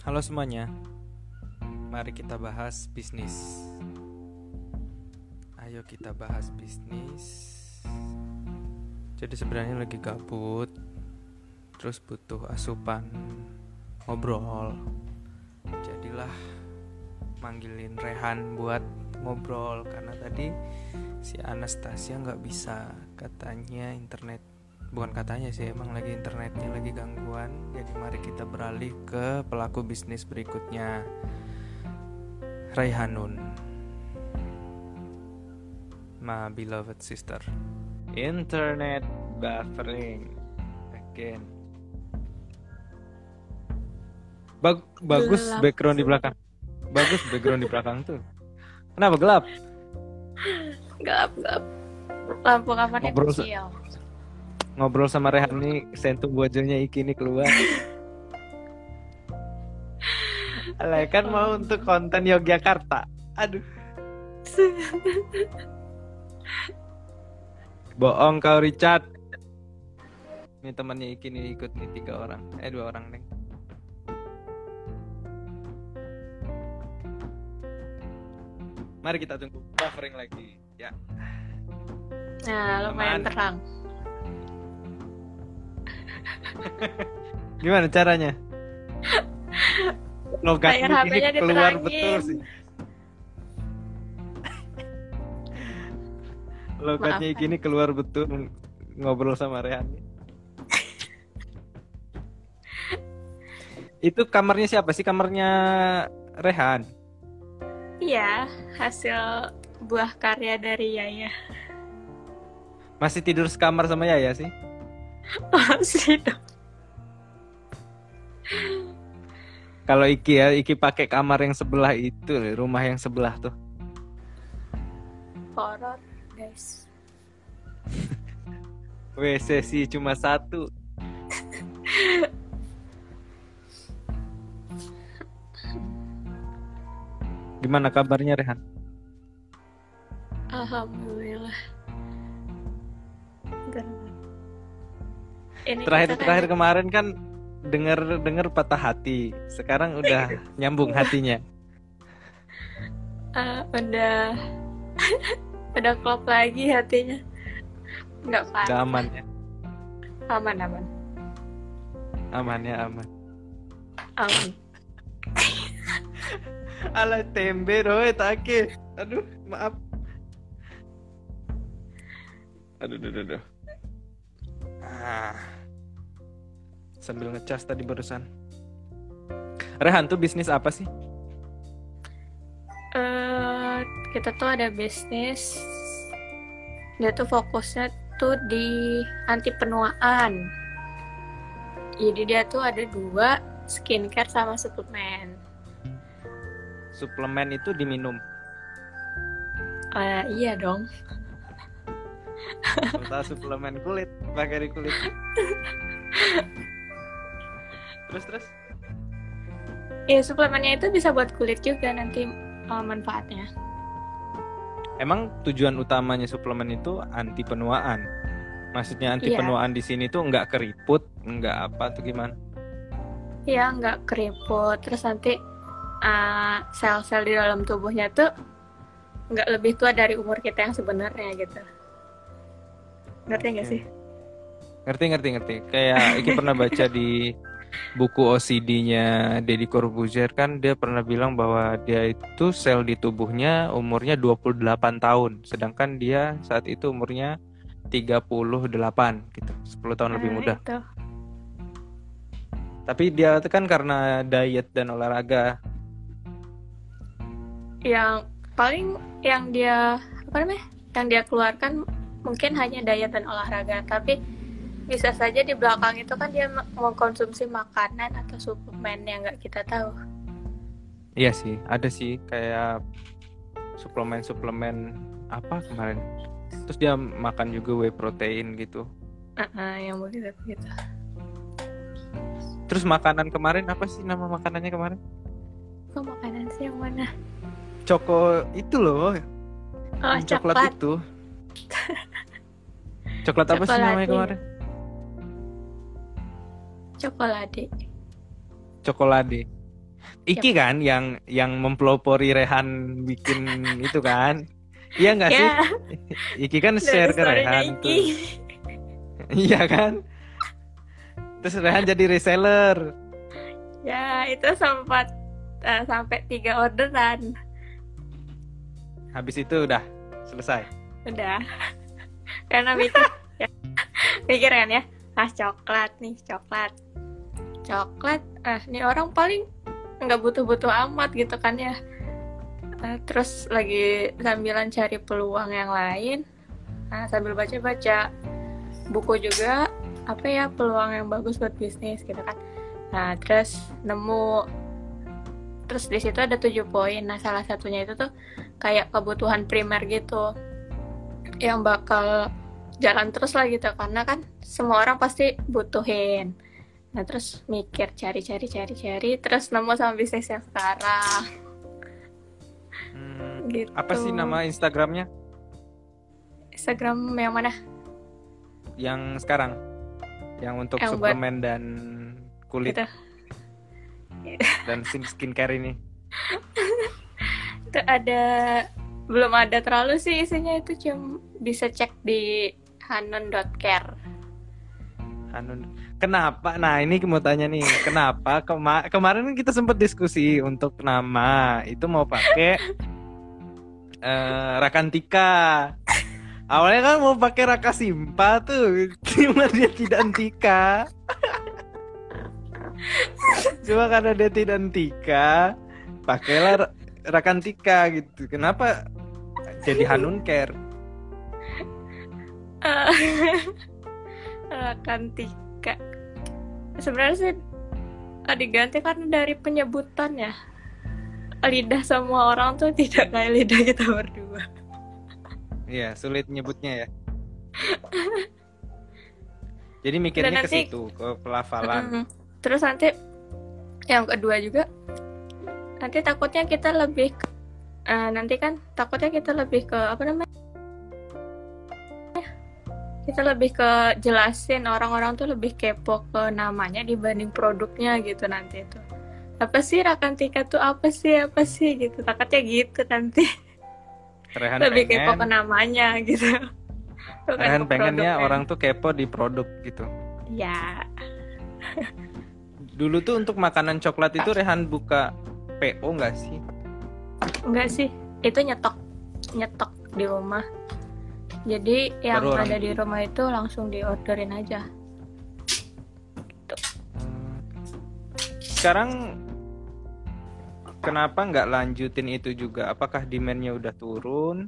Halo semuanya, mari kita bahas bisnis. Ayo kita bahas bisnis. Jadi sebenarnya lagi gabut, terus butuh asupan ngobrol. Jadilah manggilin Rehan buat ngobrol karena tadi si Anastasia nggak bisa, katanya internet. Bukan katanya sih, emang lagi internetnya lagi gangguan. Jadi mari kita beralih ke pelaku bisnis berikutnya, Raihanun, my beloved sister. Internet buffering again. Bagus Gelap. background di belakang. Bagus background di belakang tuh. Kenapa gelap? Gelap. Lampu kamarnya Ngobrol kecil. ngobrol sama Rehan nih, sentuh wajahnya Iki nih keluar. Alah, kan mau untuk konten Yogyakarta. Aduh. Bohong kau, Richard. Ini temannya Iki nih ikut nih 3 orang. 2 orang nih. Mari kita tunggu buffering lagi. Ya. Nah, lumayan Aman. terang. Gimana caranya? Layar Logatnya HP-nya ini keluar diterangin. betul sih. Logatnya Maaf. Iki ini keluar betul ngobrol sama Rehan. Itu kamarnya siapa sih? Kamarnya Rehan. Iya, hasil buah karya dari Yaya. Masih tidur sekamar sama Yaya sih? Asli dong. Kalau Iki ya, Iki pakai kamar yang sebelah itu, rumah yang sebelah tuh. Horor, guys. WC sih cuma 1. Gimana kabarnya Rehan? Alhamdulillah. Ini Terakhir kemarin kan dengar patah hati. Sekarang udah nyambung hatinya. udah udah klop lagi hatinya. Nggak Udah parah. aman ya. Aman. Aman ya, aman. Aman. Alah tembe roe take. Aduh, maaf. Aduh. Sambil ngecas tadi barusan. Rehan tuh bisnis apa sih? Kita tuh ada bisnis. Dia tuh fokusnya tuh di anti penuaan. Jadi dia tuh ada 2, skincare sama suplemen. Suplemen itu diminum. Iya dong. Entah suplemen kulit, pakai di kulit. Terus. Iya, suplemennya itu bisa buat kulit juga nanti manfaatnya. Emang tujuan utamanya suplemen itu anti penuaan. Maksudnya anti Iya. penuaan di sini tuh nggak keriput, nggak apa tuh gimana? Iya, nggak keriput. Terus nanti sel-sel di dalam tubuhnya tuh nggak lebih tua dari umur kita yang sebenarnya gitu. Ngerti nggak sih? Ngerti. Kayak Iki pernah baca di buku OCD-nya Deddy Corbuzier, kan dia pernah bilang bahwa dia itu sel di tubuhnya umurnya 28 tahun, sedangkan dia saat itu umurnya 38 gitu, 10 tahun lebih muda. Itu. Tapi dia itu kan karena diet dan olahraga. Yang paling yang dia yang dia keluarkan mungkin hanya diet dan olahraga, tapi bisa saja di belakang itu kan dia mengkonsumsi makanan atau suplemen yang nggak kita tahu. Iya sih, ada sih kayak suplemen apa kemarin. Terus dia makan juga whey protein gitu. Yang begitu. Terus makanan kemarin apa sih nama makanannya kemarin? Kok makanan sih yang mana? Coko itu loh. Coklat itu. Coklat apa sih namanya kemarin? Cokolade. Cokolade. Iki kan yang mempelopori Rehan bikin itu kan. Iya nggak sih? Ya, Iki kan dari share ke story-nya Rehan Iki. tuh. Iya kan? Terus Rehan jadi reseller. Ya, itu sempat sampai 3 orderan. Habis itu udah selesai. Udah. Karena mikir kan ya, coklat nih, coklat. Nih orang paling nggak butuh-butuh amat gitu kan ya. Terus lagi sambilan cari peluang yang lain, sambil baca-baca buku juga, apa ya, peluang yang bagus buat bisnis gitu kan. Nah, terus nemu, terus di situ ada 7 poin. Nah, salah satunya itu tuh kayak kebutuhan primer gitu, yang bakal jalan terus lah gitu, karena kan semua orang pasti butuhin. Nah, terus mikir, cari, terus nemu sama bisnis yang sekarang. Gitu. Apa sih nama Instagramnya? Instagram yang mana? Yang sekarang? Yang untuk Yang suplemen dan kulit Gitu. dan skincare ini. Itu belum ada terlalu sih isinya, itu cuma bisa cek di hanun.care. Hanun. Kenapa? Nah, ini mau tanya nih, kenapa kemarin kita sempat diskusi untuk nama itu mau pakai Rakantika. Awalnya kan mau pakai Raka Simpa tuh, cuma dia tidak Antika. Cuma karena dia tidak Antika, pakailah Rakantika gitu. Kenapa jadi Hanun Care? Rakantika. Sebenarnya sih diganti karena dari penyebutan ya. Lidah semua orang tuh tidak kayak lidah kita berdua. Iya, sulit nyebutnya ya. Jadi mikirnya ke situ, ke pelafalan. Terus nanti yang kedua juga, nanti takutnya kita lebih ke apa namanya? Kita lebih ke jelasin, orang-orang tuh lebih kepo ke namanya dibanding produknya gitu nanti itu. Apa sih Rakantika tuh apa sih gitu, takutnya gitu nanti. Rehan lebih pengen, kepo ke namanya gitu. Rehan pengennya orang tuh kepo di produk gitu. Ya. Dulu tuh untuk makanan coklat itu Rehan buka PO nggak sih? Enggak sih, itu nyetok di rumah. Jadi yang Baru ada di rumah itu langsung diorderin aja. Gitu. Sekarang kenapa nggak lanjutin itu juga? Apakah demand-nya udah turun?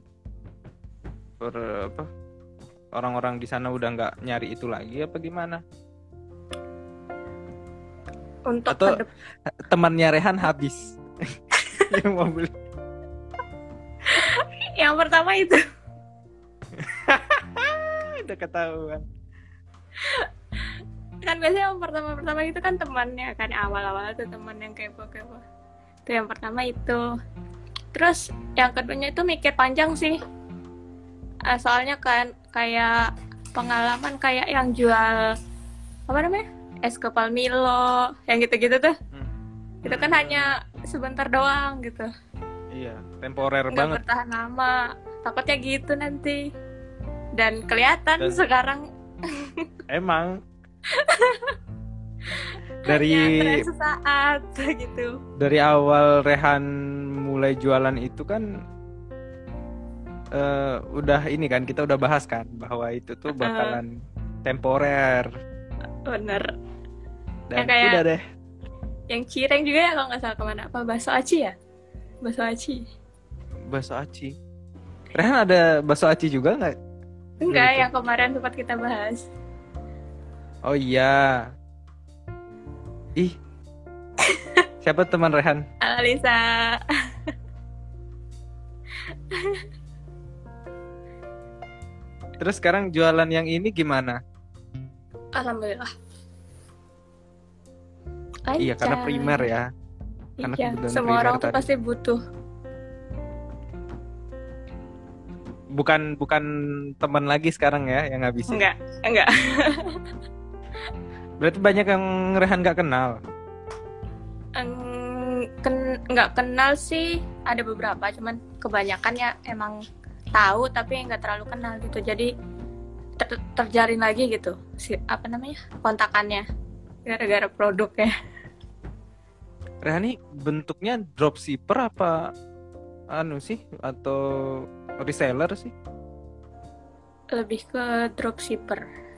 Orang-orang di sana udah nggak nyari itu lagi apa gimana? Atau temannya Rehan habis yang mau beli? Yang pertama itu. Udah ketahuan. Kan biasanya yang pertama itu kan temannya kan, awal-awal tuh teman yang kepo. Itu yang pertama itu. Terus yang keduanya itu mikir panjang sih. Soalnya kan kayak pengalaman kayak yang jual apa namanya? Es kepal Milo, yang gitu-gitu tuh. Itu kan hanya sebentar doang gitu. Iya, temporer nggak banget. Bertahan lama. Takutnya gitu nanti. Dan kelihatan sekarang. Emang. Dari sesaat gitu. Dari awal Rehan mulai jualan itu kan udah ini kan, kita udah bahas kan bahwa itu tuh bakalan temporer. Bener. Dan kayak udah deh. Yang Cireng juga ya kalau nggak salah, kemana, apa bakso aci ya? Bakso aci. Rehan ada bakso aci juga nggak? Enggak, yang kemarin sempat kita bahas. Oh iya. Ih. Siapa teman Rehan? Alisa. Terus sekarang jualan yang ini gimana? Alhamdulillah. Iya, karena primer ya. Karena iya, semua orang tuh pasti butuh. Bukan teman lagi sekarang ya yang ngabisin. Enggak. Berarti banyak yang Rehan nggak kenal. nggak kenal sih, ada beberapa, cuman kebanyakan ya emang tahu tapi nggak terlalu kenal gitu. Jadi terjalin lagi gitu kontakannya gara-gara produknya. Rehani bentuknya dropshipper apa anu sih atau reseller sih? Lebih ke dropshipper.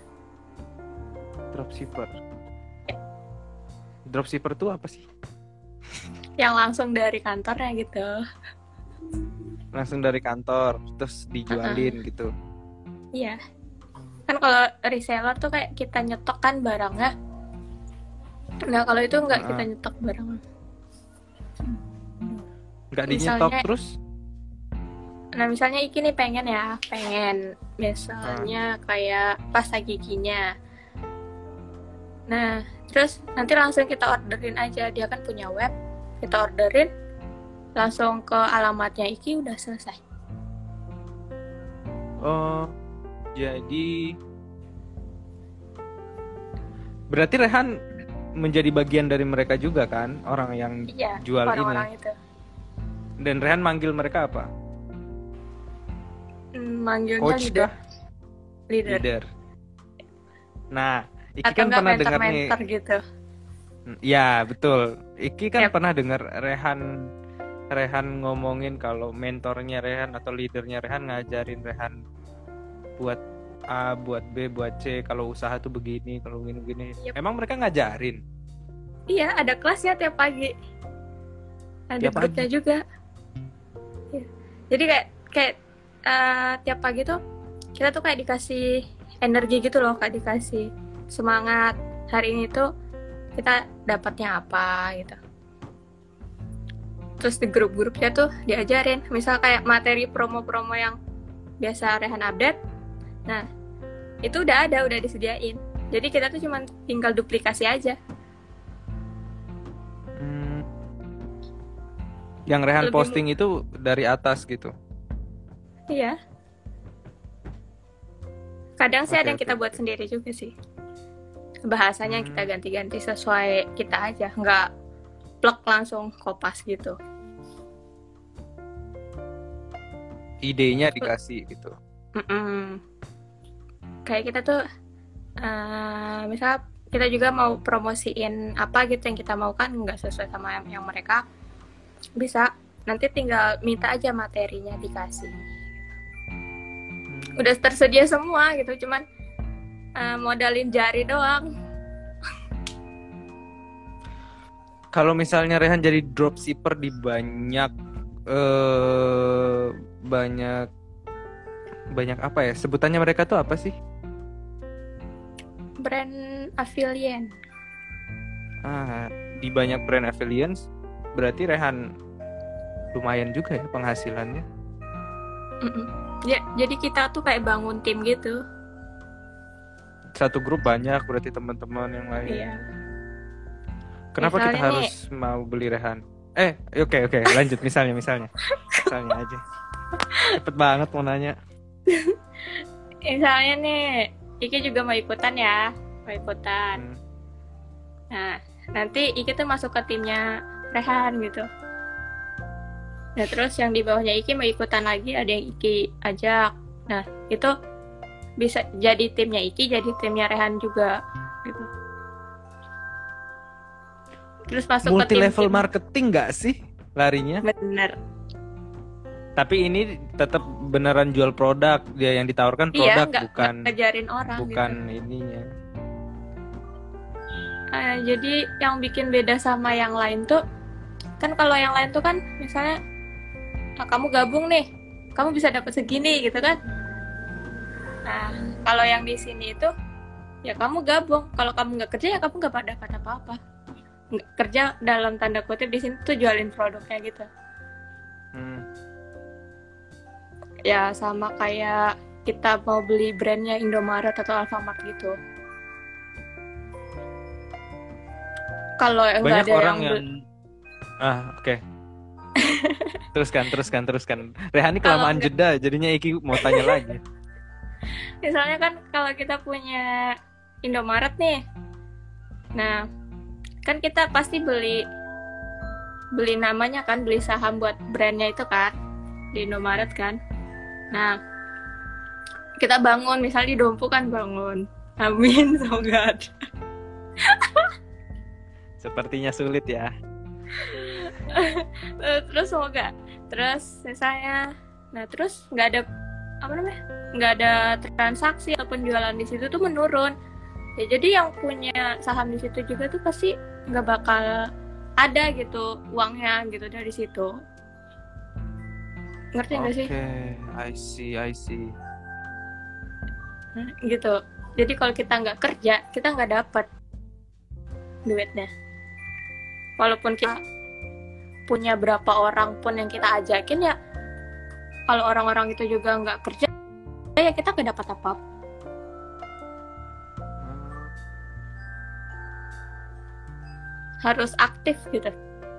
Dropshipper tuh apa sih? Yang langsung dari kantornya gitu. Langsung dari kantor terus dijualin gitu. Iya. Kan kalau reseller tuh kayak kita nyetok kan barangnya. Nah kalau itu nggak kita nyetok barangnya. Nggak dinyetok terus? Nah misalnya Iki nih pengen misalnya kayak pasta giginya. Nah terus nanti langsung kita orderin aja, dia kan punya web, kita orderin langsung ke alamatnya Iki, udah selesai. Oh, jadi berarti Rehan menjadi bagian dari mereka juga kan, orang yang jual orang-orang ini. Itu. Dan Rehan manggil mereka apa? Manggilnya Coach leader. Nah, Iki kan pernah dengar nih. Gitu. Ya betul. Iki kan pernah dengar Rehan ngomongin kalau mentornya Rehan atau leadernya Rehan ngajarin Rehan buat A, buat B, buat C, kalau usaha tuh begini, kalau gini. Emang mereka ngajarin? Iya, ada kelasnya tiap pagi. Ada grupnya juga. Ya. Jadi kayak tiap pagi tuh kita tuh kayak dikasih energi gitu loh, kayak dikasih semangat. Hari ini tuh kita dapatnya apa gitu. Terus di grup-grupnya tuh diajarin, misal kayak materi promo-promo yang biasa Rehan update. Nah, itu udah disediain. Jadi kita tuh cuma tinggal duplikasi aja. Yang Rehan posting itu dari atas gitu? Iya. Kadang sih ada yang kita buat sendiri juga sih. Bahasanya kita ganti-ganti sesuai kita aja, nggak plek langsung kopas gitu. Idenya dikasih gitu. Kayak kita tuh misal kita juga mau promosiin apa gitu yang kita mau, kan nggak sesuai sama yang mereka, bisa nanti tinggal minta aja materinya dikasih. Udah tersedia semua gitu, cuman modalin jari doang. Kalau misalnya Rehan jadi dropshipper di banyak apa ya sebutannya, mereka tuh apa sih? Brand affiliate. Di banyak brand affiliate berarti Rehan lumayan juga ya penghasilannya. Ya, jadi kita tuh kayak bangun tim gitu. Satu grup banyak berarti teman-teman yang lain. Iya. Kenapa misalnya kita harus mau beli Rehan? Oke, lanjut misalnya aja. Cepet banget mau nanya. Misalnya nih, Iki juga mau ikutan. Nah, nanti Iki tuh masuk ke timnya Rehan gitu. Nah, terus yang di bawahnya Iki mau ikutan lagi, ada yang Iki ajak. Nah, itu bisa jadi timnya Iki, jadi timnya Rehan juga gitu. Terus masuk multi ke level marketing nggak sih larinya? Bener. Tapi ini tetap beneran jual produk, dia yang ditawarkan produk, bukan ngejarin orang, bukan gitu. Ininya. Jadi yang bikin beda sama yang lain tuh, kan kalau yang lain tuh kan misalnya kamu gabung nih, kamu bisa dapat segini gitu kan. Nah, kalau yang di sini itu ya kamu gabung, kalau kamu nggak kerja ya kamu nggak dapat apa-apa. Kerja dalam tanda kutip di sini tuh jualin produknya gitu. Ya sama kayak kita mau beli brandnya Indomaret atau Alfamart gitu. Kalau nggak ada orang yang oke. Teruskan. Rehani kelamaan jeda, jadinya Iki mau tanya lagi. Misalnya kan kalau kita punya Indomaret nih, nah kan kita pasti beli beli namanya kan, beli saham buat brandnya itu kan di Indomaret kan. Nah, kita bangun, misalnya di Dompu kan bangun. Amin, semoga ada. Sepertinya sulit ya. Terus semoga. Terus misalnya, nah terus nggak ada nggak ada transaksi atau penjualan di situ tuh menurun. Ya jadi yang punya saham di situ juga tuh pasti nggak bakal ada gitu uangnya gitu dari situ. Ngerti nggak sih? Oke, I see. Gitu. Jadi kalau kita nggak kerja, kita nggak dapat duitnya. Walaupun kita punya berapa orang pun yang kita ajakin, ya kalau orang-orang itu juga nggak kerja, ya kita nggak dapat apa-apa. Harus aktif gitu.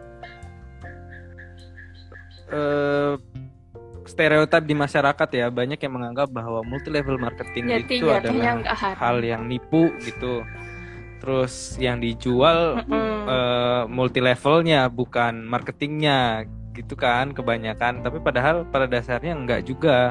Stereotip di masyarakat ya, banyak yang menganggap bahwa multi level marketing Jadi itu adalah nggak harus. hal yang nipu gitu. Terus yang dijual multi levelnya bukan marketingnya gitu kan kebanyakan. Tapi padahal pada dasarnya enggak juga.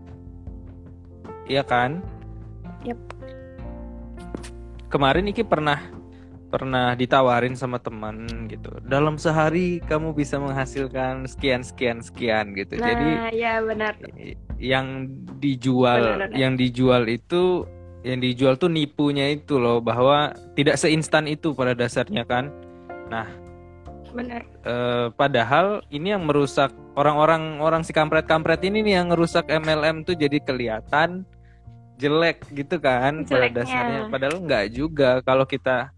Iya kan? Yep. Kemarin Iki pernah ditawarin sama teman gitu. Dalam sehari kamu bisa menghasilkan sekian gitu. Nah, Jadi ya benar. yang dijual Benar. yang dijual tuh nipunya itu loh, bahwa tidak seinstan itu pada dasarnya kan. Nah, Benar. padahal ini yang merusak orang si kampret ini nih, yang ngerusak MLM tuh jadi kelihatan jelek gitu kan pada Jeleknya. dasarnya. Padahal nggak juga. Kalau kita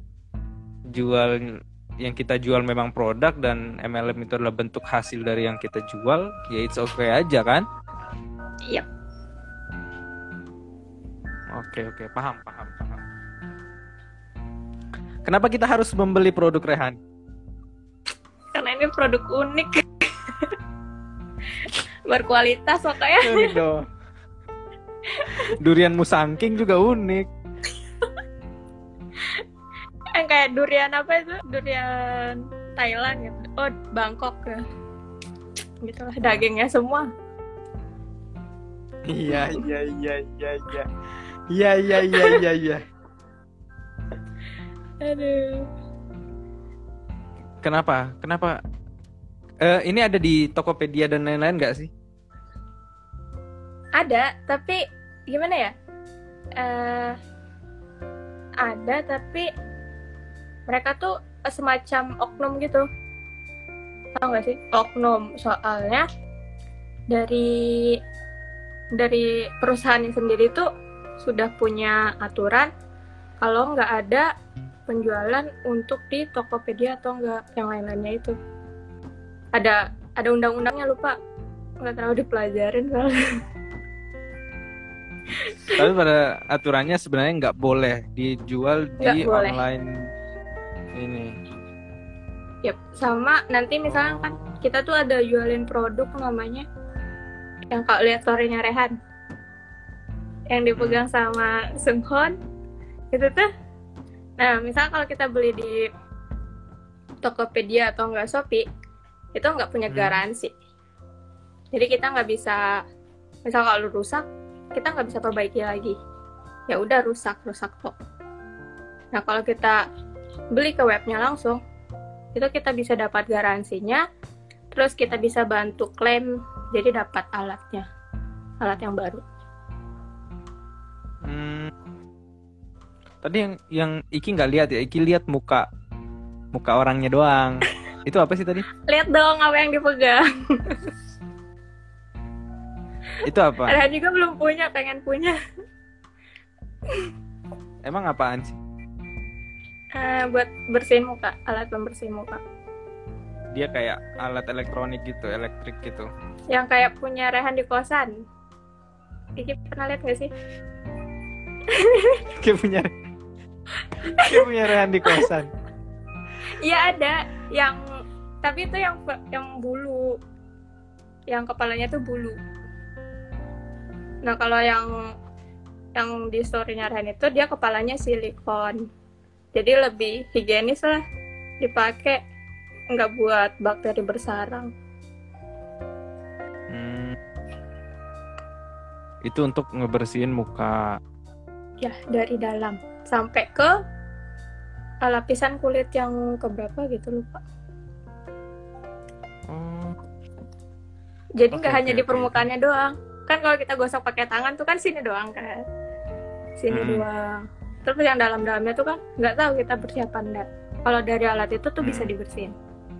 yang kita jual memang produk dan MLM itu adalah bentuk hasil dari yang kita jual, ya it's okay aja kan. Yep. Oke, paham. Kenapa kita harus membeli produk Rehan? Karena ini produk unik. Berkualitas makanya. Unik dong. Durian Musangking juga unik. Kayak durian apa itu? Durian Thailand gitu. Oh, Bangkok ya. Gitulah, dagingnya semua. Iya. Aduh. Kenapa? Ini ada di Tokopedia dan lain-lain nggak sih? Ada, tapi gimana ya? Ada, tapi mereka tuh semacam oknum gitu. Tahu nggak sih? Oknum. Soalnya dari perusahaan sendiri tuh sudah punya aturan kalau nggak ada penjualan untuk di Tokopedia atau nggak yang lain-lainnya itu. Ada undang-undangnya, lupa, nggak terlalu dipelajarin soalnya. Tapi pada aturannya sebenarnya nggak boleh dijual di boleh. online ini. Yep. Sama nanti misalnya kan kita tuh ada jualin produk namanya, yang kalau lihat story-nya Rehan yang dipegang sama Sunghon itu tuh. Nah, misal kalau kita beli di Tokopedia atau enggak Shopee, itu nggak punya garansi. Jadi kita nggak bisa, misal kalau rusak, kita nggak bisa perbaiki lagi. Ya udah, rusak kok. Nah, kalau kita beli ke webnya langsung, itu kita bisa dapat garansinya, terus kita bisa bantu klaim, jadi dapat alat yang baru. Tadi yang Iki nggak lihat ya, Iki lihat muka orangnya doang. Itu apa sih tadi? Lihat dong apa yang dipegang. Itu apa? Rehan juga belum punya, pengen punya. Emang apaan sih? Buat bersihin muka, alat pembersih muka. Dia kayak alat elektronik gitu, elektrik gitu. Yang kayak punya Rehan di kosan. Iki pernah lihat gak sih? Kayak punya Rehan di kosan. Iya ada, tapi itu yang bulu, yang kepalanya tuh bulu. Nah kalau yang di story-nya Rehan itu dia kepalanya silikon, jadi lebih higienis lah dipakai. nggak buat bakteri bersarang. Itu untuk ngebersihin muka. Ya, dari dalam sampai ke lapisan kulit yang keberapa gitu, lupa. Jadi nggak hanya di permukaannya doang. Kan kalau kita gosok pakai tangan tuh kan sini doang kan. Sini doang. Terus yang dalam-dalamnya tuh kan nggak tahu kita bersih apa enggak. Kalau dari alat itu tuh bisa dibersihin.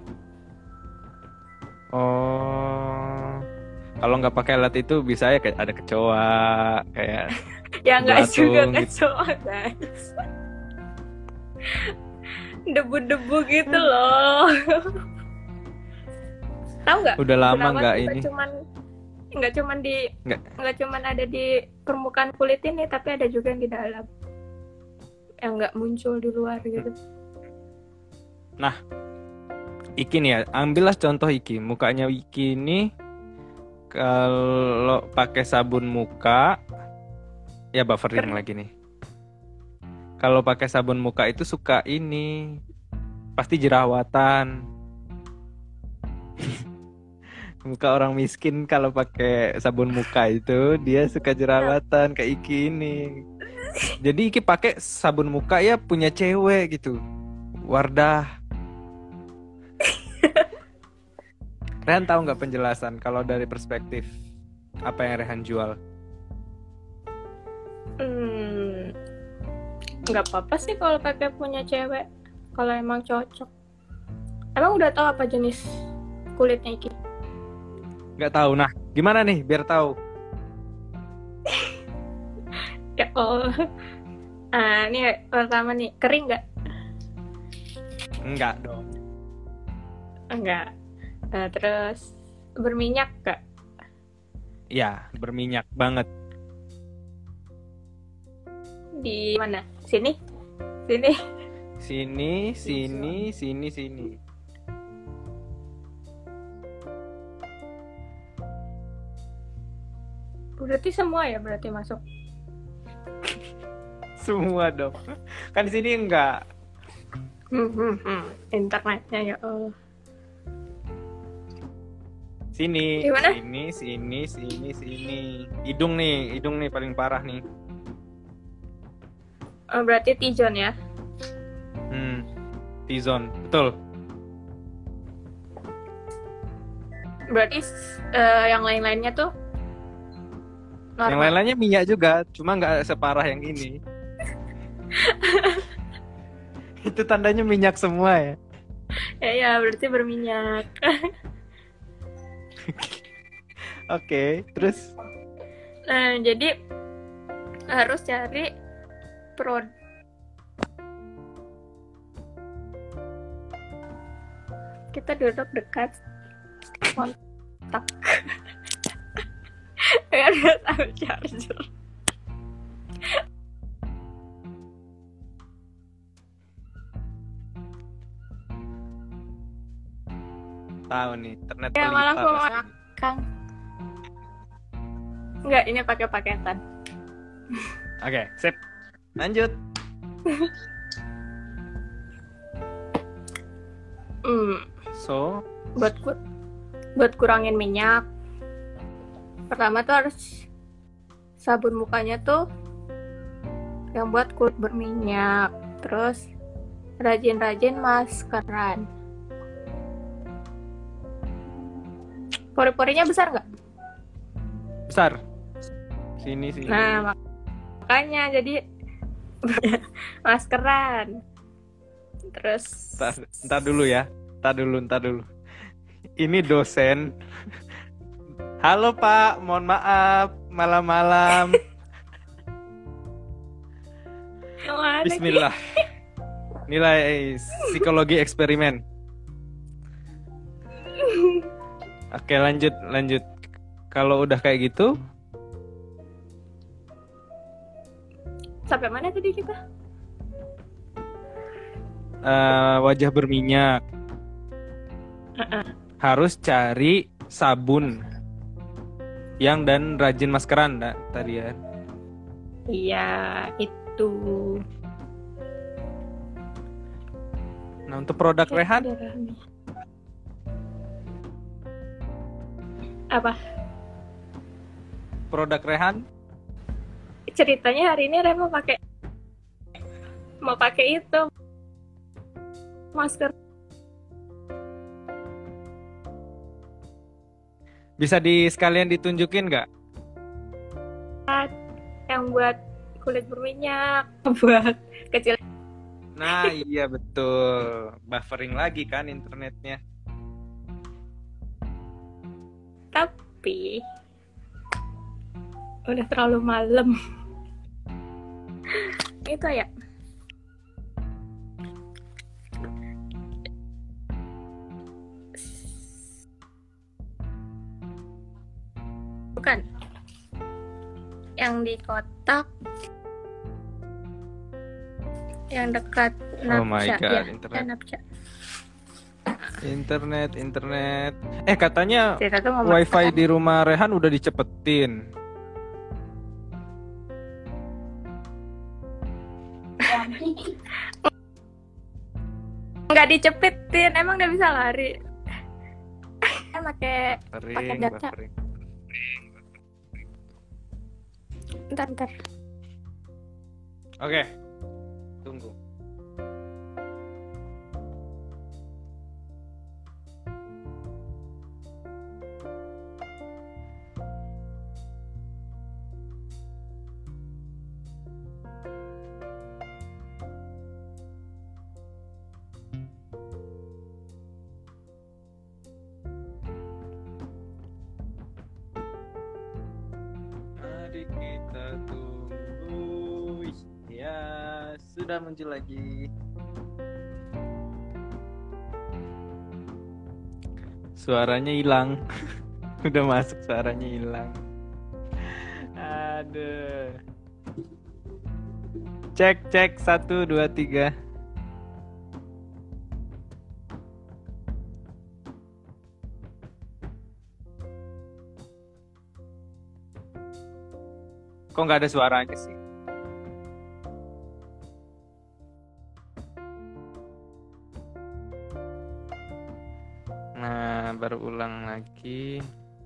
Oh, kalau nggak pakai alat itu bisa ya kayak ada kecoa, kayak ya nggak juga belatung gitu. kecoa guys. Debu-debu gitu loh. Tahu nggak? Udah lama nggak Jerawat ini. nggak cuman ada di permukaan kulit ini, tapi ada juga yang di dalam, yang nggak muncul di luar gitu. Nah, Iki nih ya, ambillah contoh Iki. Mukanya Iki ini kalau pakai sabun muka, ya buffering lagi nih. Kalau pakai sabun muka itu suka ini, pasti jerawatan. Muka orang miskin kalau pakai sabun muka itu dia suka jerawatan kayak Iki ini. Jadi Iki pakai sabun muka ya punya cewek gitu. Wardah. Rehan tahu nggak penjelasan kalau dari perspektif apa yang Rehan jual? Nggak apa-apa sih kalau pakai punya cewek, kalau emang cocok. Emang udah tahu apa jenis kulitnya Iki? Nggak tahu. Nah, gimana nih biar tahu? Ya Allah. Ini pertama nih, kering nggak? Enggak dong. Enggak. Terus berminyak nggak? Ya, berminyak banget. Di mana? Sini? Sini? Sini. Berarti semua ya berarti masuk? Semua dong. Kan di sini enggak. Internetnya ya Allah. Sini. Gimana? Sini. Hidung nih paling parah nih. Berarti T-zone ya? T-zone, betul. Berarti yang lain-lainnya tuh normal. Yang lain-lainnya minyak juga, cuma nggak separah yang ini. Itu tandanya minyak semua ya. Ya, berarti berminyak. Oke, terus? Jadi harus cari produk. Kita duduk dekat kontak. Ada tahu charger. Tahu nih, internet Ya malah pelipar aku pasti. makan. Enggak, ini pakai paketan. Oke, sip. Lanjut. So, buat kurangin minyak, pertama tuh harus sabun mukanya tuh yang buat kulit berminyak. Terus rajin-rajin maskeran. Pori-porinya besar nggak? besar. Sini. Nah, makanya jadi maskeran. Terus Ntar dulu ya. Ntar dulu. Ini dosen. Halo Pak, mohon maaf malam-malam. Bismillah. Nilai psikologi eksperimen. Oke, lanjut. Kalau udah kayak gitu, sampai mana tadi kita? wajah berminyak. Harus cari sabun yang dan rajin maskeran tadi ya. Iya, itu. Nah, untuk produk Rehan Apa? Produk Rehan? Ceritanya hari ini Ren mau pakai itu masker. Bisa sekalian ditunjukin nggak? Yang buat kulit berminyak, buat kecil. Nah iya betul. Buffering lagi kan internetnya. Tapi udah terlalu malam. Itu ya. Bukan. Yang di kotak. Yang dekat Napca. Oh my god, ya, internet. Napca. Internet. Katanya Kita tuh mau wifi makan. di rumah Rehan udah dicepetin. Nggak dicepetin, emang udah bisa lari. Kan pakai data. Buffering. Ntar. Oke. Tunggu. Mari kita tunggu. Ya, sudah muncul lagi. Suaranya hilang. Udah masuk, suaranya hilang. Aduh. Cek 1 2 3. Kok nggak ada suaranya sih? Nah, baru ulang lagi.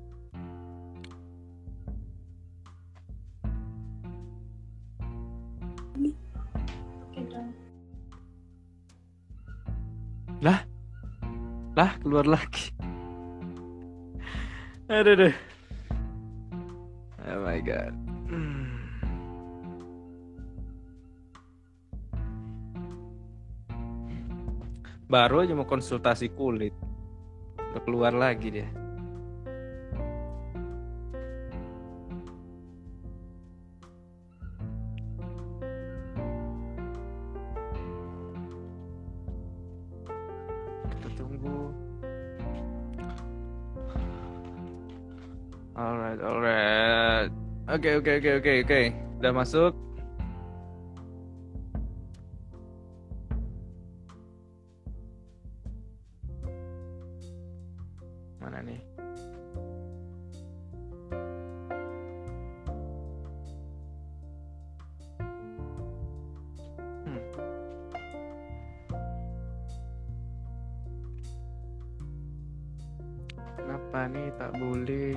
Lah, keluar lagi. Aduh. Oh my god. Baru aja mau konsultasi kulit. Udah keluar lagi dia. Kita tunggu. Alright. Oke. Udah masuk. Mana nih? Kenapa nih tak boleh?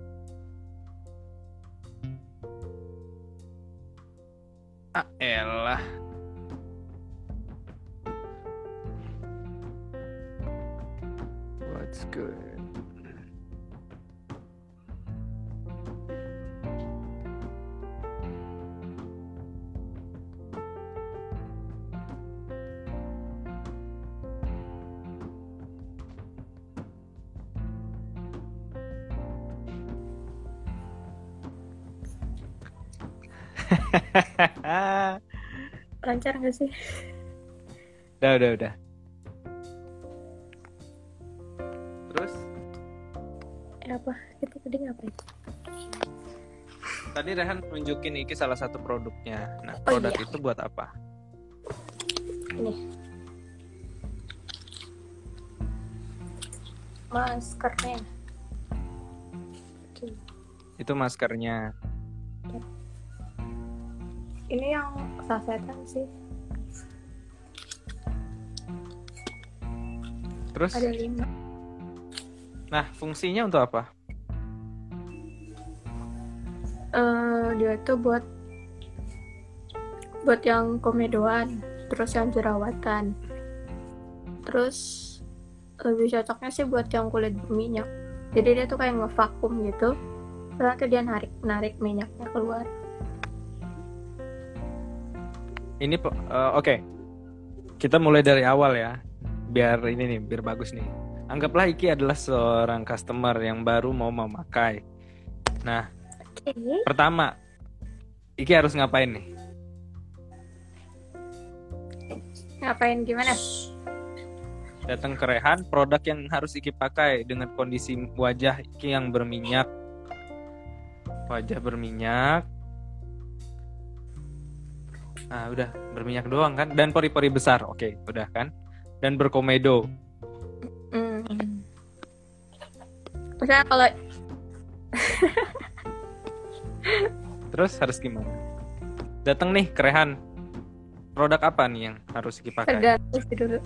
Ah elah. What's good? Lancar nggak sih? Udah. Terus? Apa? Itu tadi ngapain? Tadi Rehan nunjukin Iki salah satu produknya. Nah, Oh, produk iya. itu buat apa? Ini. Maskernya. Oke. Itu maskernya. Ini yang sasetan sih. Terus? Ada 5. Nah, fungsinya untuk apa? Dia tuh buat yang komedoan, terus yang jerawatan. Terus lebih cocoknya sih buat yang kulit berminyak. Jadi dia tuh kayak ngevakum gitu. Terus nanti dia narik minyaknya keluar. Ini oke. Kita mulai dari awal ya. Biar bagus nih. Anggaplah Iki adalah seorang customer yang baru mau memakai. Nah, pertama Iki harus ngapain nih? Ngapain gimana? Datang ke Rehan, produk yang harus Iki pakai dengan kondisi wajah Iki yang berminyak. Wajah berminyak. Nah, udah berminyak doang kan, dan pori-pori besar. Oke, udah kan? Dan berkomedo. Misalnya kalau terus harus gimana? Datang nih ke Rehan. Produk apa nih yang harus Iki pakai? tergantung sih dulu.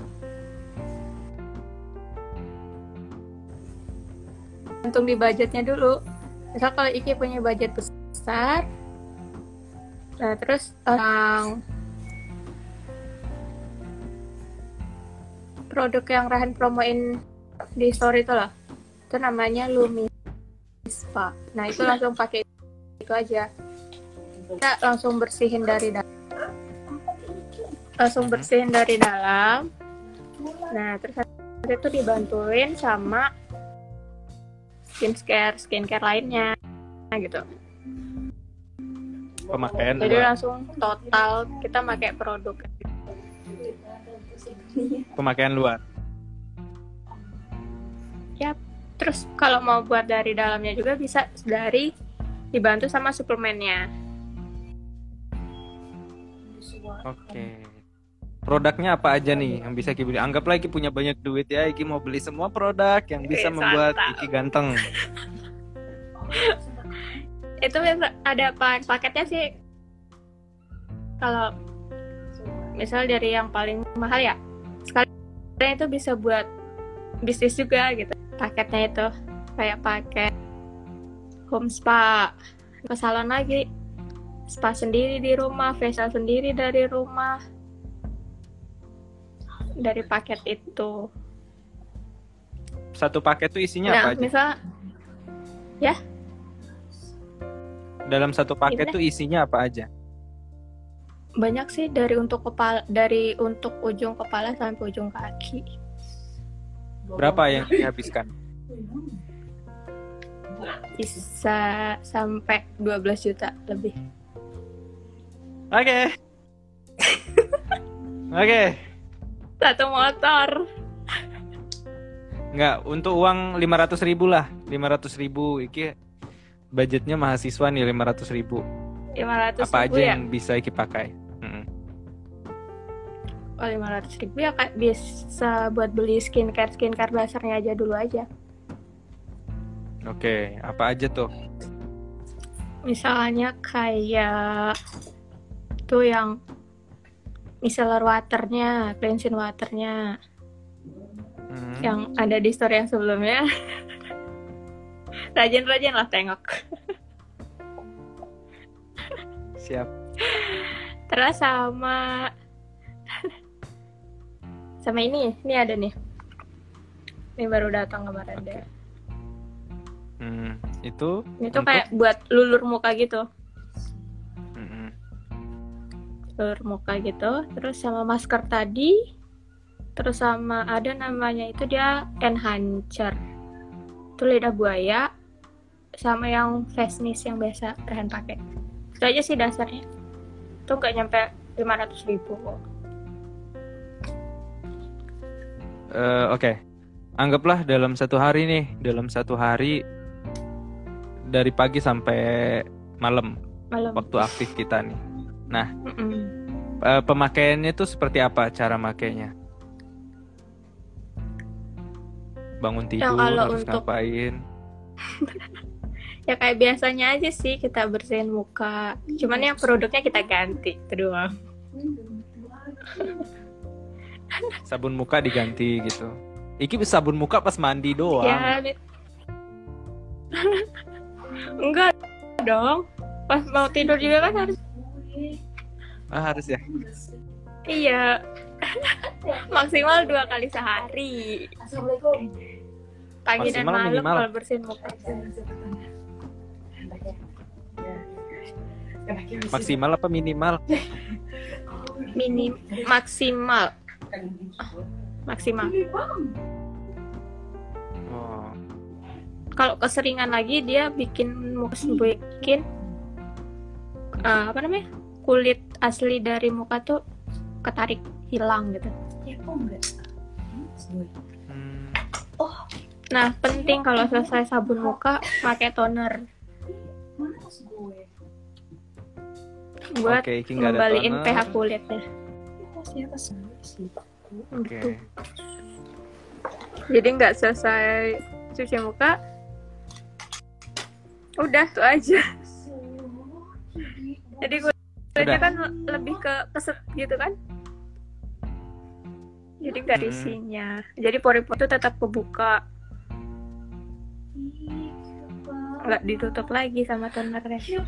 Tergantung di budgetnya dulu. Misal kalau Iki punya budget besar, nah terus produk yang Rehan promoin di story itu loh, itu namanya Lumispa. Nah itu langsung pakai itu aja. Kita langsung bersihin dari dalam. Nah terus itu dibantuin sama skincare lainnya gitu. Pemakaian Jadi luar. langsung total kita pakai produk. Pemakaian luar. Ya, terus kalau mau buat dari dalamnya juga bisa dibantu sama suplemennya. Oke. Produknya apa aja nih yang bisa Iki beli? Anggaplah Iki punya banyak duit ya, Iki mau beli semua produk yang bisa membuat Iki ganteng. Itu ada paketnya sih. Kalau misal dari yang paling mahal ya, sekalian itu bisa buat bisnis juga gitu. Paketnya itu kayak paket home spa, ke salon lagi, spa sendiri di rumah, facial sendiri dari rumah. Dari paket itu. Satu paket tuh isinya apa aja? Misal ya, dalam satu paket tuh isinya apa aja? banyak sih dari untuk ujung kepala sampai ujung kaki. Berapa yang dihabiskan? Bisa sampai 12 juta lebih. Oke. Oke. Satu motor. Enggak, untuk uang 500.000 lah. 500.000 Iki budgetnya mahasiswa nih 500.000. 500 Apa ribu aja ya? yang bisa Iki pakai? Oh, 500 ribu ya Kak, bisa buat beli skincare dasarnya aja dulu aja. Oke, apa aja tuh? Misalnya kayak tuh yang micellar waternya, cleansing waternya, yang ada di story yang sebelumnya. Rajin-rajin lah tengok. Siap. Terus sama ini ada nih. Ini baru datang kemarin deh. Itu tuh kayak buat lulur muka gitu. Lulur muka gitu. Terus sama masker tadi. Terus sama ada namanya itu dia enhancer. Itu lidah buaya. Sama yang face mist yang biasa Rehan pakai. Itu aja sih dasarnya. Itu nggak nyampe 500.000 kok. Oke. Anggaplah dalam satu hari dari pagi sampai malam. Waktu aktif kita nih. Nah, pemakaiannya itu seperti apa cara makainya? Bangun tidur harus ngapain? Ya kayak biasanya aja sih, kita bersihin muka. Cuman yang produknya kita ganti, itu doang. Sabun muka diganti gitu. Iki sabun muka pas mandi doang. Ya, enggak dong. Pas mau tidur juga kan harus. Harus ya. Iya. Maksimal 2 kali sehari. Pagi dan Maksimal malam minimal. kalau bersihin muka. Maksimal apa minimal? Maksimal. Oh. Kalau keseringan lagi dia bikin apa namanya, kulit asli dari muka tuh ketarik, hilang gitu. Nah, penting kalau selesai sabun muka pakai toner buat Oke, iki nggak ada ngembaliin toner. pH kulitnya. Oke. Jadi nggak selesai cuci muka, udah itu aja. Jadi kulitnya kan lebih ke keset gitu kan. Jadi nggak ada isinya. Jadi pori-pori itu tetap kebuka. Nggak ditutup lagi sama tonernya. Gitu.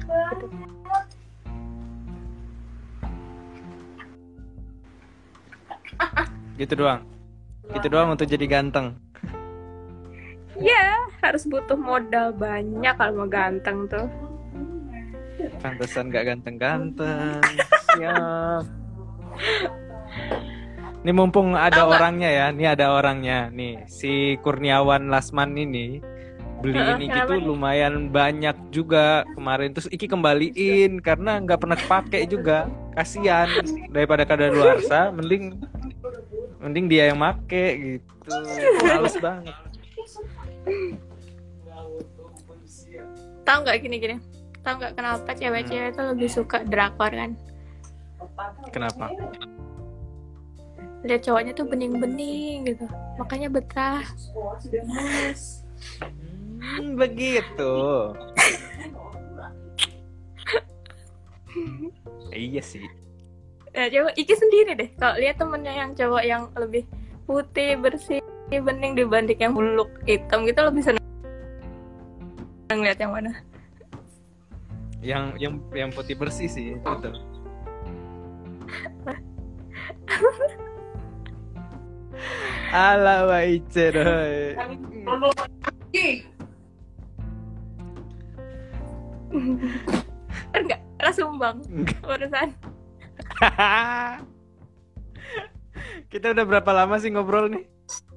Gitu doang. Gitu doang untuk jadi ganteng. Ya, harus butuh modal banyak kalau mau ganteng tuh. Pantesan gak ganteng-ganteng. Siap. Ini mumpung ada orangnya ya. Nih ada orangnya. Nih si Kurniawan Lasman ini beliin Iki tuh lumayan banyak juga kemarin. Terus Iki kembaliin karena nggak pernah kepake juga. Kasian, daripada kadaluarsa, mending dia yang make gitu. Males banget. Tahu nggak gini? Tahu nggak kenapa cewek-cewek itu lebih suka drakor kan? Kenapa? Lihat cowoknya tuh bening-bening gitu, makanya betah. Begitu. Iya sih. Ya, coba Iki sendiri deh. Kalau lihat temennya yang cowok yang lebih putih, bersih, bening dibanding yang buluk hitam gitu, lebih seneng lihat yang mana? Yang putih bersih sih, betul. Ala waice doi. Enggak, sumbang urusan. Kita udah berapa lama sih ngobrol nih?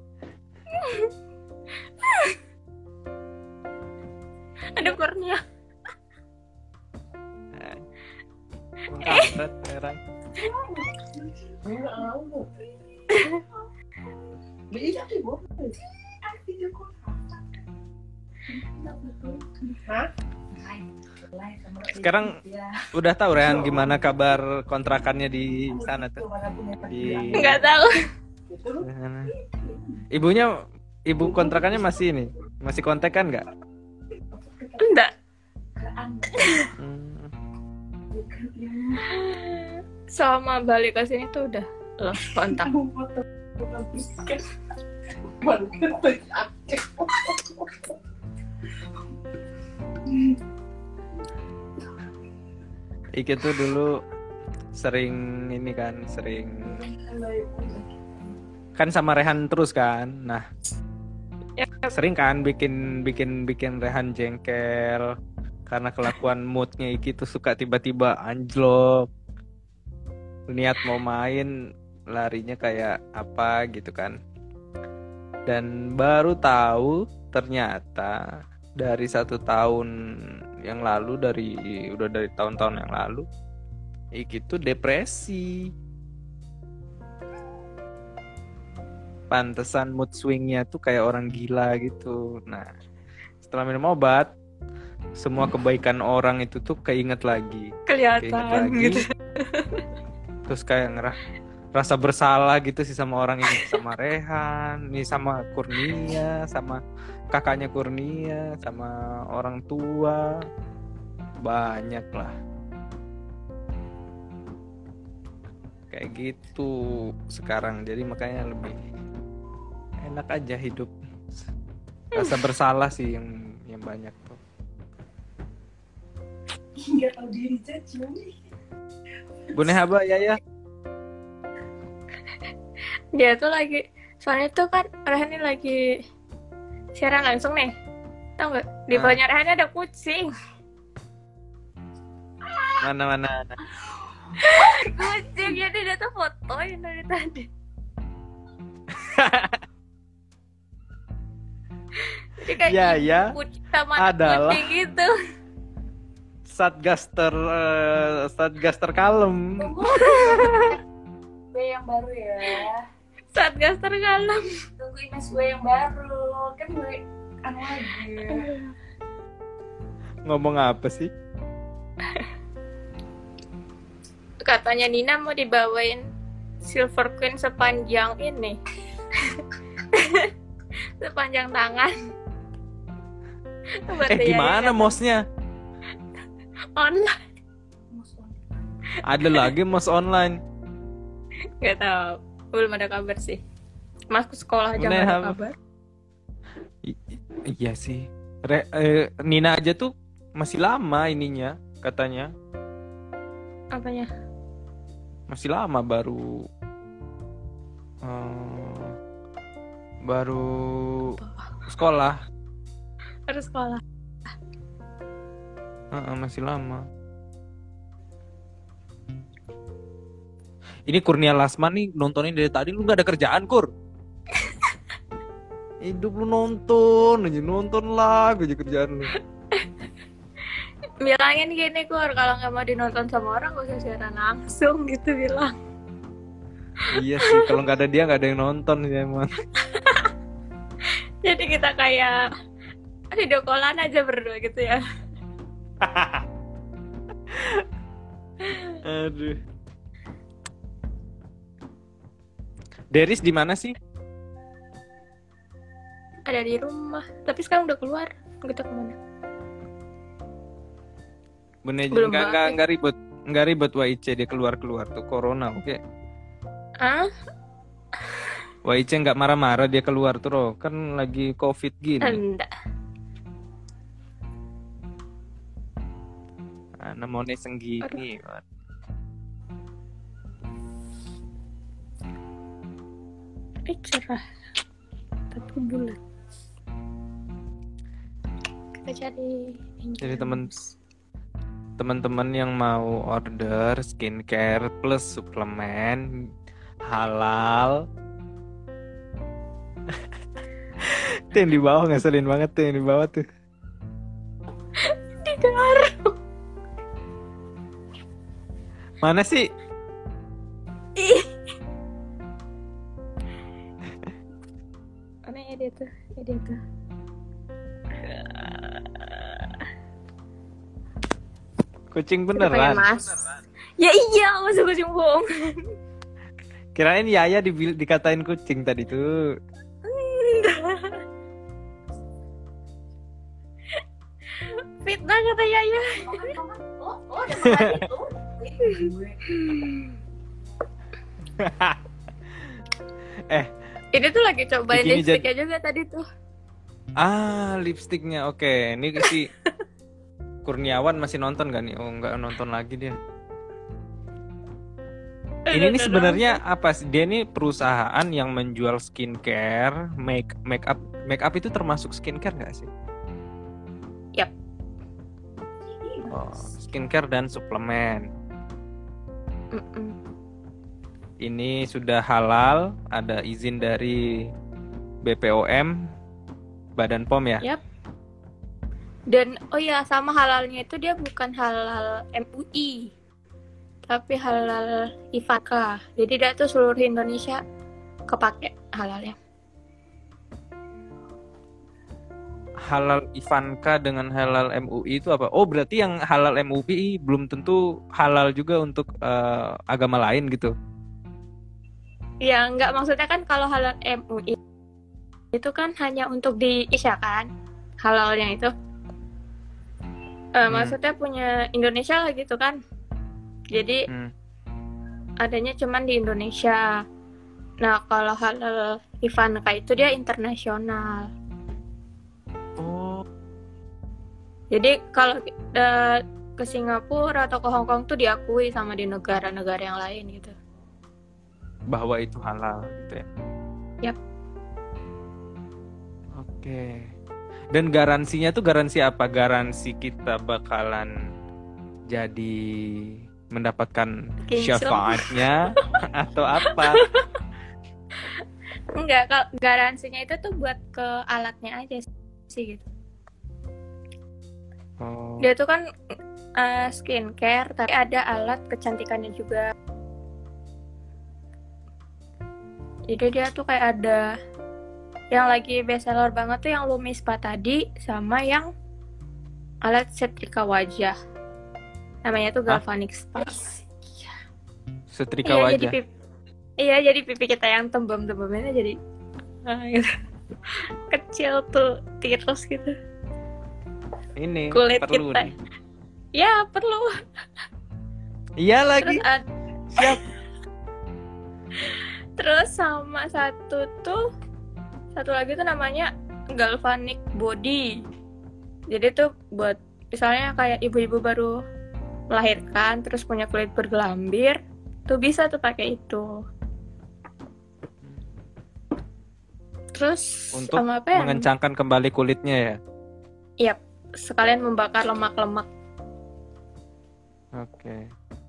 Ada Kurnia. Kampret, merah. Sekarang udah tahu Rehan gimana kabar kontrakannya di sana tuh? Nggak tahu. Ibu kontrakannya masih ini, masih kontekan nggak? Enggak. Selama balik ke sini tuh udah lost kontak. Iki tuh dulu sering ini kan, kan sama Rehan terus kan. Nah, sering kan bikin Rehan jengkel karena kelakuan moodnya Iki tuh suka tiba-tiba anjlok. Niat mau main larinya kayak apa gitu kan. Dan baru tahu ternyata dari 1 tahun yang lalu, udah dari tahun-tahun yang lalu, Iki tuh depresi. Pantesan mood swingnya tuh kayak orang gila gitu. Nah, setelah minum obat, semua kebaikan orang itu tuh keinget lagi. Kelihatan gitu. Terus kayak rasa bersalah gitu sih sama orang ini, sama Rehan, nih sama Kurnia, sama kakaknya Kurnia, sama orang tua, banyak lah. Kayak gitu sekarang, jadi makanya lebih enak aja hidup. Rasa bersalah sih yang banyak tuh. nggak tahu diri aja. Bune haba ya. Dia tuh lagi, soalnya tuh kan Rehan ini lagi siaran langsung nih. Tahu nggak? Di bawahnya Rehan ada kucing. Mana. Kucing, jadi dia tuh fotoin dari tadi. Jadi kayak Ya, kucing sama adalah kucing gitu. Satgas terkalem. Gue yang baru ya. Satgas terkalem. Tunggu Ines gue yang baru. Kan gue lagi. Ngomong apa sih? Katanya Nina mau dibawain Silver Queen sepanjang ini. Sepanjang tangan. Gimana mosnya? Online. Ada lagi mos online. Gak tahu, belum ada kabar sih. Masuk sekolah aja Bener, gak ada kabar. Iya sih. Nina aja tuh masih lama ininya katanya. Apanya? Masih lama baru sekolah. Harus sekolah. Masih lama. Ini Kurnia Lasman nih nontonin dari tadi, lu gak ada kerjaan, Kur. Hidup lu nonton lah aja kerjaan lu. Bilangin gini, Kur, kalau nggak mau dinonton sama orang gak usah siaran langsung gitu bilang. Iya sih, kalau nggak ada dia nggak ada yang nonton ya emang. Jadi kita kayak video callan aja berdua gitu ya. Aduh. Deris di mana sih? Ada di rumah, tapi sekarang udah keluar. Gitu kemana? Bener, Belum nggak ribet WIC dia keluar tuh corona, oke? WIC nggak marah-marah dia keluar tuh, Ro. Kan lagi COVID gini. Enggak. Namanya senggini. Cerah, tapi bulat. Kita cari. Jadi teman-teman yang mau order skincare plus suplemen halal. Tuh yang di bawah ngeselin banget tuh yang di bawah tuh. Digaruk. Mana sih? Mana ya dia tuh? Kucing beneran. Mas. Ya iya, masuk kucing bohong. Kirain Yaya dikatain kucing tadi tuh. Fitnah kata Yaya. Oh, ada makan itu. Ini tuh lagi cobain Begini lipstiknya juga tadi tuh. Lipstiknya oke. Ini si Kurniawan masih nonton gak nih? Oh nggak nonton lagi dia. Ini nih sebenarnya apa sih? Dia nih perusahaan yang menjual skincare, make up itu termasuk skincare nggak sih? Yap. Oh, skincare dan suplemen. Ini sudah halal, ada izin dari BPOM, Badan POM ya? Yap. Dan oh ya, sama halalnya itu dia bukan halal MUI, tapi halal IFAKA. Jadi dia tuh seluruh Indonesia kepake halalnya. Halal Ivanka dengan halal MUI itu apa? Oh berarti yang halal MUI belum tentu halal juga untuk agama lain gitu? Ya enggak, maksudnya kan kalau halal MUI itu kan hanya untuk di Isya kan, halalnya itu. Maksudnya punya Indonesia lah gitu kan. Jadi adanya cuman di Indonesia. Nah kalau halal Ivanka itu dia internasional. Oh. Jadi kalau ke Singapura atau ke Hong Kong tuh diakui sama di negara-negara yang lain gitu. Bahwa itu halal gitu ya. Yap. Oke. Dan garansinya tuh garansi apa? Garansi kita bakalan jadi mendapatkan Kinclong. syafaatnya atau apa? Enggak, kalau garansinya itu tuh buat ke alatnya aja sih gitu. Oh, Dia tuh kan skincare, tapi ada alat kecantikannya juga. Jadi dia tuh kayak ada yang lagi bestseller banget tuh yang Lumi Spa tadi sama yang alat setrika wajah. Namanya tuh Hah? Galvanic Spa. setrika Iya, jadi wajah. jadi pipi kita yang tembem-tembemnya jadi gitu. Kecil tuh tirus gitu. Ini Kulit perlu kita. nih. Ya, perlu. Iya Terus lagi. Siap. terus sama satu lagi tuh namanya Galvanic Body. Jadi tuh buat misalnya kayak ibu-ibu baru melahirkan terus punya kulit bergelambir, tuh bisa tuh pakai itu. Terus Untuk sama apa ya? mengencangkan kembali kulitnya ya. Yap, sekalian membakar lemak-lemak. Oke.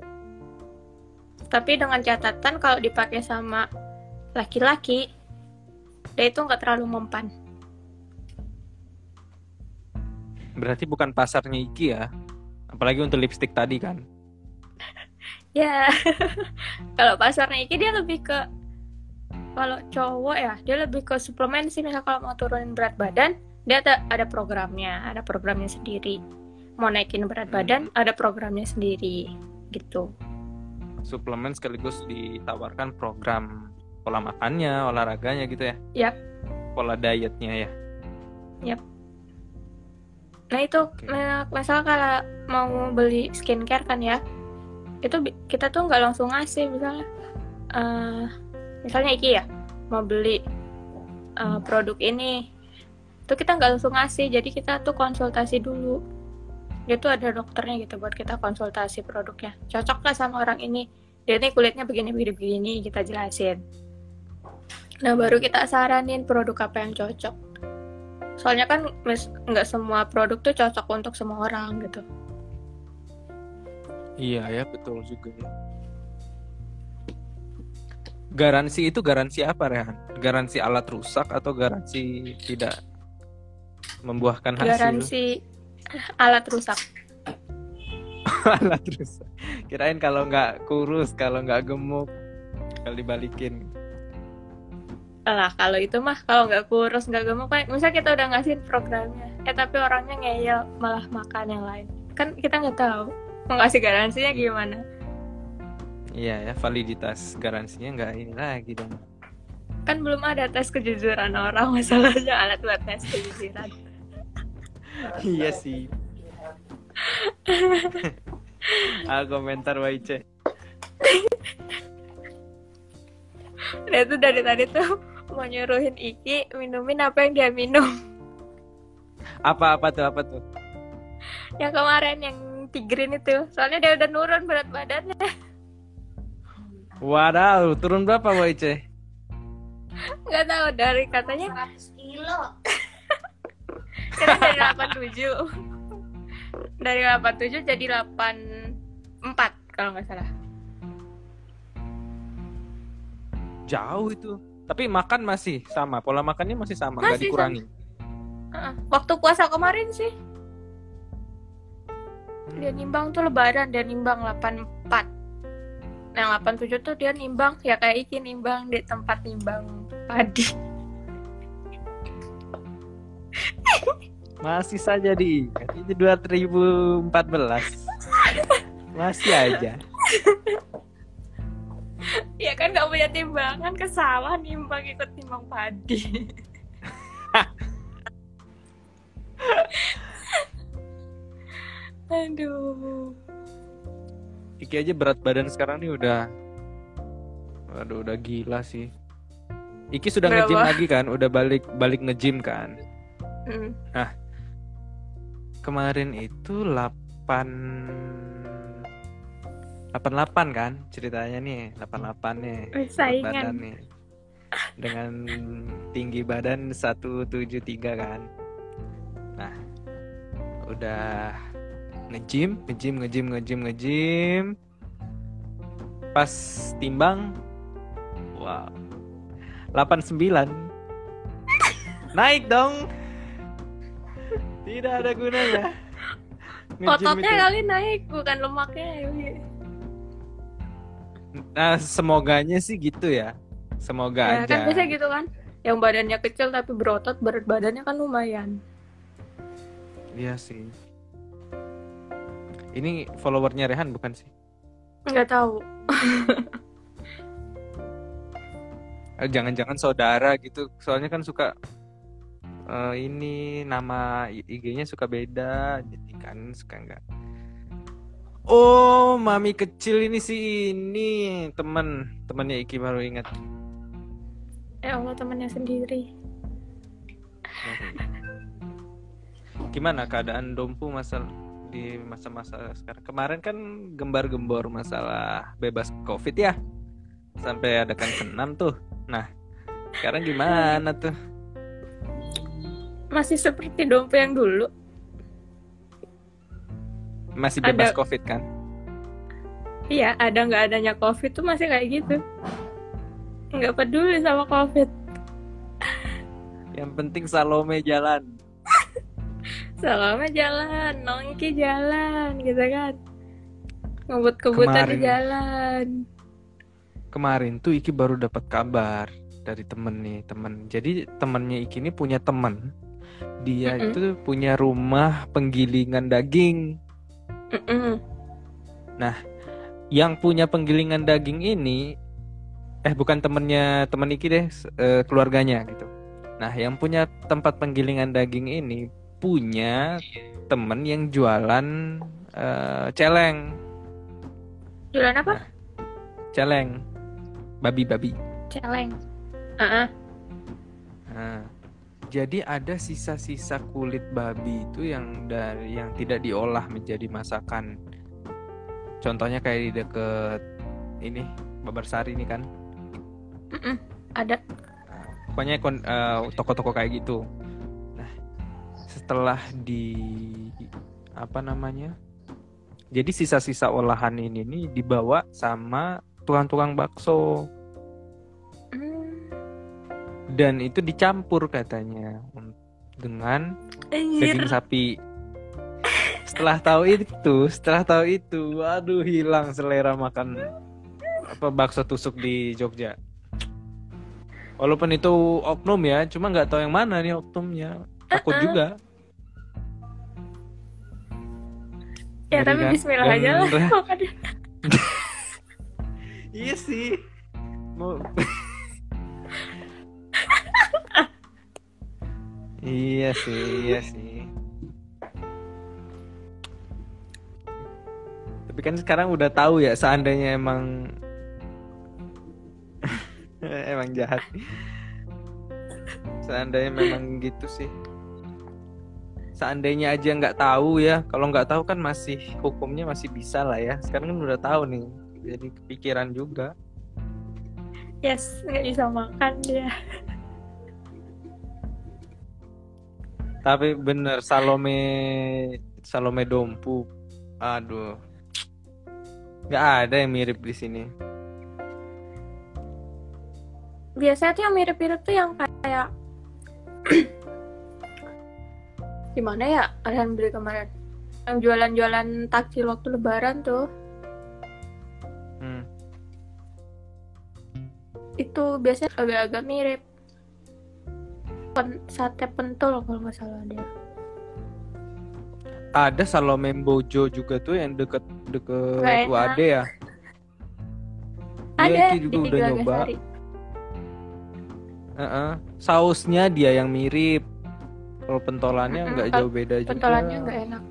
Tapi dengan catatan kalau dipakai sama laki-laki, dia itu nggak terlalu mempan. Berarti bukan pasarnya Iki ya. Apalagi untuk lipstick tadi kan. Ya, kalau pasarnya Iki dia lebih ke, kalau cowok ya, dia lebih ke suplemen sih. Misal kalau mau turunin berat badan, dia ada programnya sendiri. Mau naikin berat badan, ada programnya sendiri, gitu. Suplemen sekaligus ditawarkan program pola makannya, olahraganya gitu ya. Yap. Pola dietnya ya. Nah itu, Oke. misal kalau mau beli skincare kan ya, itu kita tuh nggak langsung ngasih. Misalnya Iki ya, mau beli produk ini, itu kita nggak langsung ngasih. Jadi kita tuh konsultasi dulu. Dia tuh ada dokternya gitu buat kita konsultasi produknya. Cocok nggak sama orang ini? Dia ini kulitnya begini, kita jelasin. Nah baru kita saranin produk apa yang cocok. Soalnya kan nggak semua produk tuh cocok untuk semua orang gitu. Iya ya, betul juga ya. Garansi itu garansi apa, Rehan? Garansi alat rusak atau garansi tidak membuahkan hasil? Garansi alat rusak. Alat rusak. Kirain kalau nggak kurus, kalau nggak gemuk, kalau dibalikin. Lah kalau itu mah kalau nggak kurus nggak gemuk kan, misalnya kita udah ngasihin programnya, tapi orangnya ngeyel malah makan yang lain, kan kita nggak tahu mau ngasih garansinya gimana. Iya ya, validitas garansinya nggak ini lagi dong. Kan belum ada tes kejujuran orang, masalahnya alat buat tes kejujuran. Iya sih. Komentar WC. Dia tuh dari tadi tuh mau nyuruhin Iki minumin apa yang dia minum. Apa tuh? Yang kemarin yang tigrin itu, soalnya dia udah nurun berat badannya. Waduh, turun berapa WC? Nggak tahu, dari katanya 100 kilo. kan dari 87 dari 87 jadi 84 kalau nggak salah. Jauh itu. Tapi makan masih sama, pola makannya masih sama, nggak Masih dikurangi. Waktu puasa kemarin sih dia nimbang tuh lebaran, dia nimbang 84. Yang 87 tuh dia nimbang ya kayak Iki nimbang di tempat nimbang padi. Masih saja diingat. Ini 2014. Masih aja. Ya kan nggak punya timbangan, ke sawah nimbang, ikut nimbang padi. Aduh. Iki aja berat badan sekarang nih udah gila sih. Iki sudah Berapa? nge-gym lagi kan, udah balik nge-gym kan. Hmm. Kemarin itu 88 kan ceritanya nih, 88 nih. Berat Saingan. badan nih. Dengan tinggi badan 173 kan. Nah, udah nge-gym. Pas timbang, wow, 89. Naik dong. Tidak ada gunanya. Nge-gym Ototnya itu. kali naik, bukan lemaknya. Nah, semoganya sih gitu ya. Semoga Ya aja. kan biasa gitu kan. Yang badannya kecil tapi berotot, berat badannya kan lumayan. Iya sih. Ini followernya Rehan bukan sih? Nggak tahu. Jangan-jangan saudara gitu. Soalnya kan suka ini nama IG-nya suka beda, jadi kan suka enggak. Oh, mami kecil ini sih, ini temannya Iki baru ingat. Ya Allah, temannya sendiri. Gimana keadaan Dompu di masa-masa sekarang? Kemarin kan gembar-gembor masalah bebas COVID ya, sampai adakan senam tuh. Nah, sekarang gimana tuh? Masih seperti Dompu yang dulu. Masih bebas Ada. COVID kan? Iya, ada nggak adanya COVID tuh masih kayak gitu. Nggak peduli sama COVID. Yang penting Salome jalan. Selama jalan, nongki jalan, gitu kan. Ngebut-kebutan di Kemarin. jalan. Kemarin tuh Iki baru dapat kabar dari temen. Jadi temennya Iki ini punya temen. Dia itu punya rumah penggilingan daging. Nah, yang punya penggilingan daging ini, bukan temen Iki deh, keluarganya gitu. Nah, yang punya tempat penggilingan daging ini punya temen yang jualan celeng. Jualan apa? Nah, celeng, babi. Celeng. Nah, jadi ada sisa-sisa kulit babi itu yang tidak diolah menjadi masakan. Contohnya kayak di deket ini Babarsari ini kan. Ada. Pokoknya toko-toko kayak gitu. Nah, setelah jadi sisa-sisa olahan ini nih dibawa sama tukang-tukang bakso. Dan itu dicampur katanya dengan daging sapi. Setelah tahu itu, waduh, hilang selera makan bakso tusuk di Jogja. Walaupun itu oknum ya, cuma nggak tahu yang mana nih oknumnya. Takut juga. Ya, tapi kan? bismillah aja lah makannya. Iya sih. Iya sih. Tapi kan sekarang udah tahu ya, seandainya emang emang jahat. Seandainya memang gitu sih. Seandainya aja nggak tahu ya. Kalau nggak tahu kan masih hukumnya masih bisa lah ya. Sekarang kan udah tahu nih. Jadi kepikiran juga. Yes, nggak bisa makan dia. Tapi bener Salome Dompu. Aduh. Nggak ada yang mirip di sini. Biasanya tuh yang mirip-mirip tuh yang kayak gimana ya, Arhan beli kemarin yang jualan-jualan takjil waktu lebaran tuh. Itu biasanya agak-agak mirip. Sate pentul kalau nggak salah dia. Ada Salome Bojo juga tuh yang deket Wade ya. Ada Iya, itu juga di udah nyoba. Gelagasari. Sausnya dia yang mirip. Kalau pentolannya nggak jauh beda juga. Pentolannya nggak enak.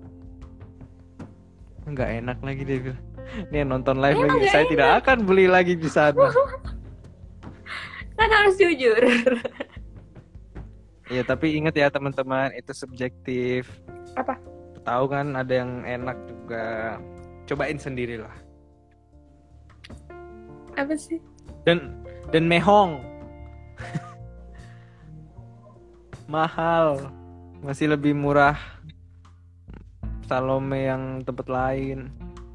Nggak enak lagi dia bilang. Nih nonton live lagi. Saya tidak akan beli lagi di sana. Kan harus jujur. Ya tapi ingat ya teman-teman, itu subjektif. Apa? tahu kan ada yang enak juga. Cobain sendirilah. Apa sih? Dan mehong. Mahal. Masih lebih murah Salome yang tempat lain.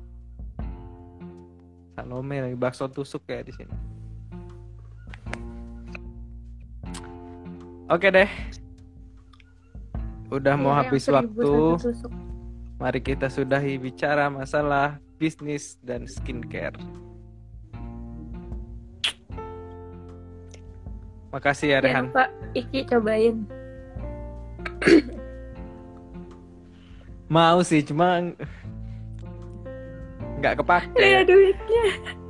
Salome lagi bakso tusuk kayak di sini. Oke deh. Udah mau Iya, yang habis 1000 waktu. satu tusuk. Mari kita sudahi bicara masalah bisnis dan skincare. Makasih ya Rehan. Jangan lupa Iki cobain. Mau sih, cuma nggak kepake. Lihat duitnya.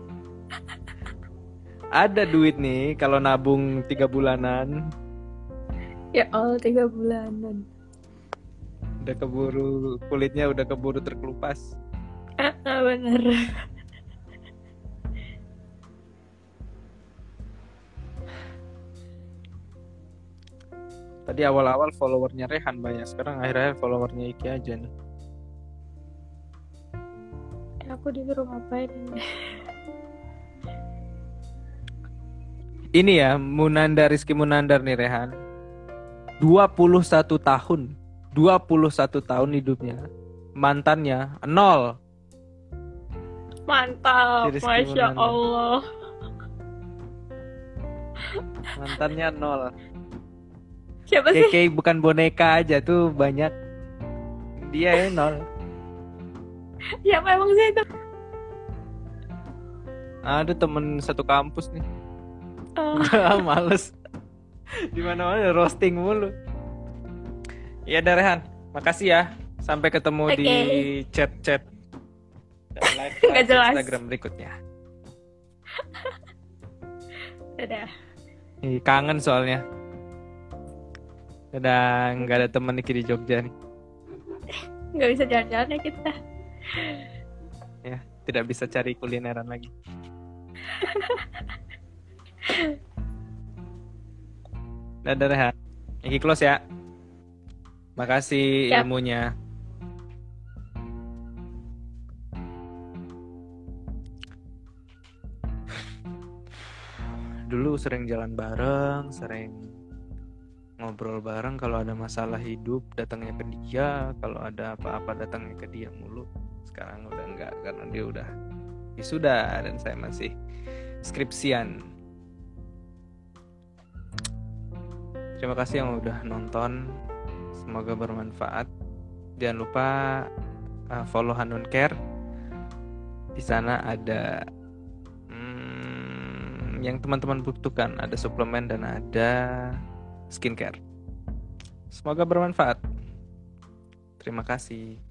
Ada duit nih kalau nabung 3 bulanan. Ya Allah, 3 bulanan. Udah keburu, kulitnya udah keburu terkelupas. Bener. Tadi awal-awal followernya Rehan banyak, sekarang akhir-akhir followernya Iki aja nih. Aku disuruh ngapain? Ini ya, Munandar, Rizky Munandar nih Rehan. 21 tahun. 21 tahun hidupnya. Mantannya 0. Mantap, Si Rizky Masya Munandar. Allah. Mantannya 0. Siapa sih? KK bukan boneka aja tuh banyak. Dia ya 0. Siapa emang sih itu? Ada temen satu kampus nih. Oh, Udah males. Di mana-mana roasting mulu. Ya udah Rehan, makasih ya. Sampai ketemu di Oke. chat-chat dan live Nggak jelas. Instagram berikutnya. dadah. Ih, kangen soalnya. Udah nggak ada temen Niki di Jogja nih. Nggak bisa jalan-jalan ya kita. Ya, tidak bisa cari kulineran lagi. Dadah Rehan. Niki close ya. Makasih Siap. ilmunya. Dulu sering jalan bareng, sering ngobrol bareng. Kalau ada masalah hidup datangnya ke dia, kalau ada apa-apa datangnya ke dia mulu. Sekarang udah enggak karena dia udah wisuda dan saya masih skripsian. Terima kasih yang udah nonton. Semoga bermanfaat. Jangan lupa follow Hanun Care. Di sana ada yang teman-teman butuhkan, ada suplemen dan ada skincare. Semoga bermanfaat. Terima kasih.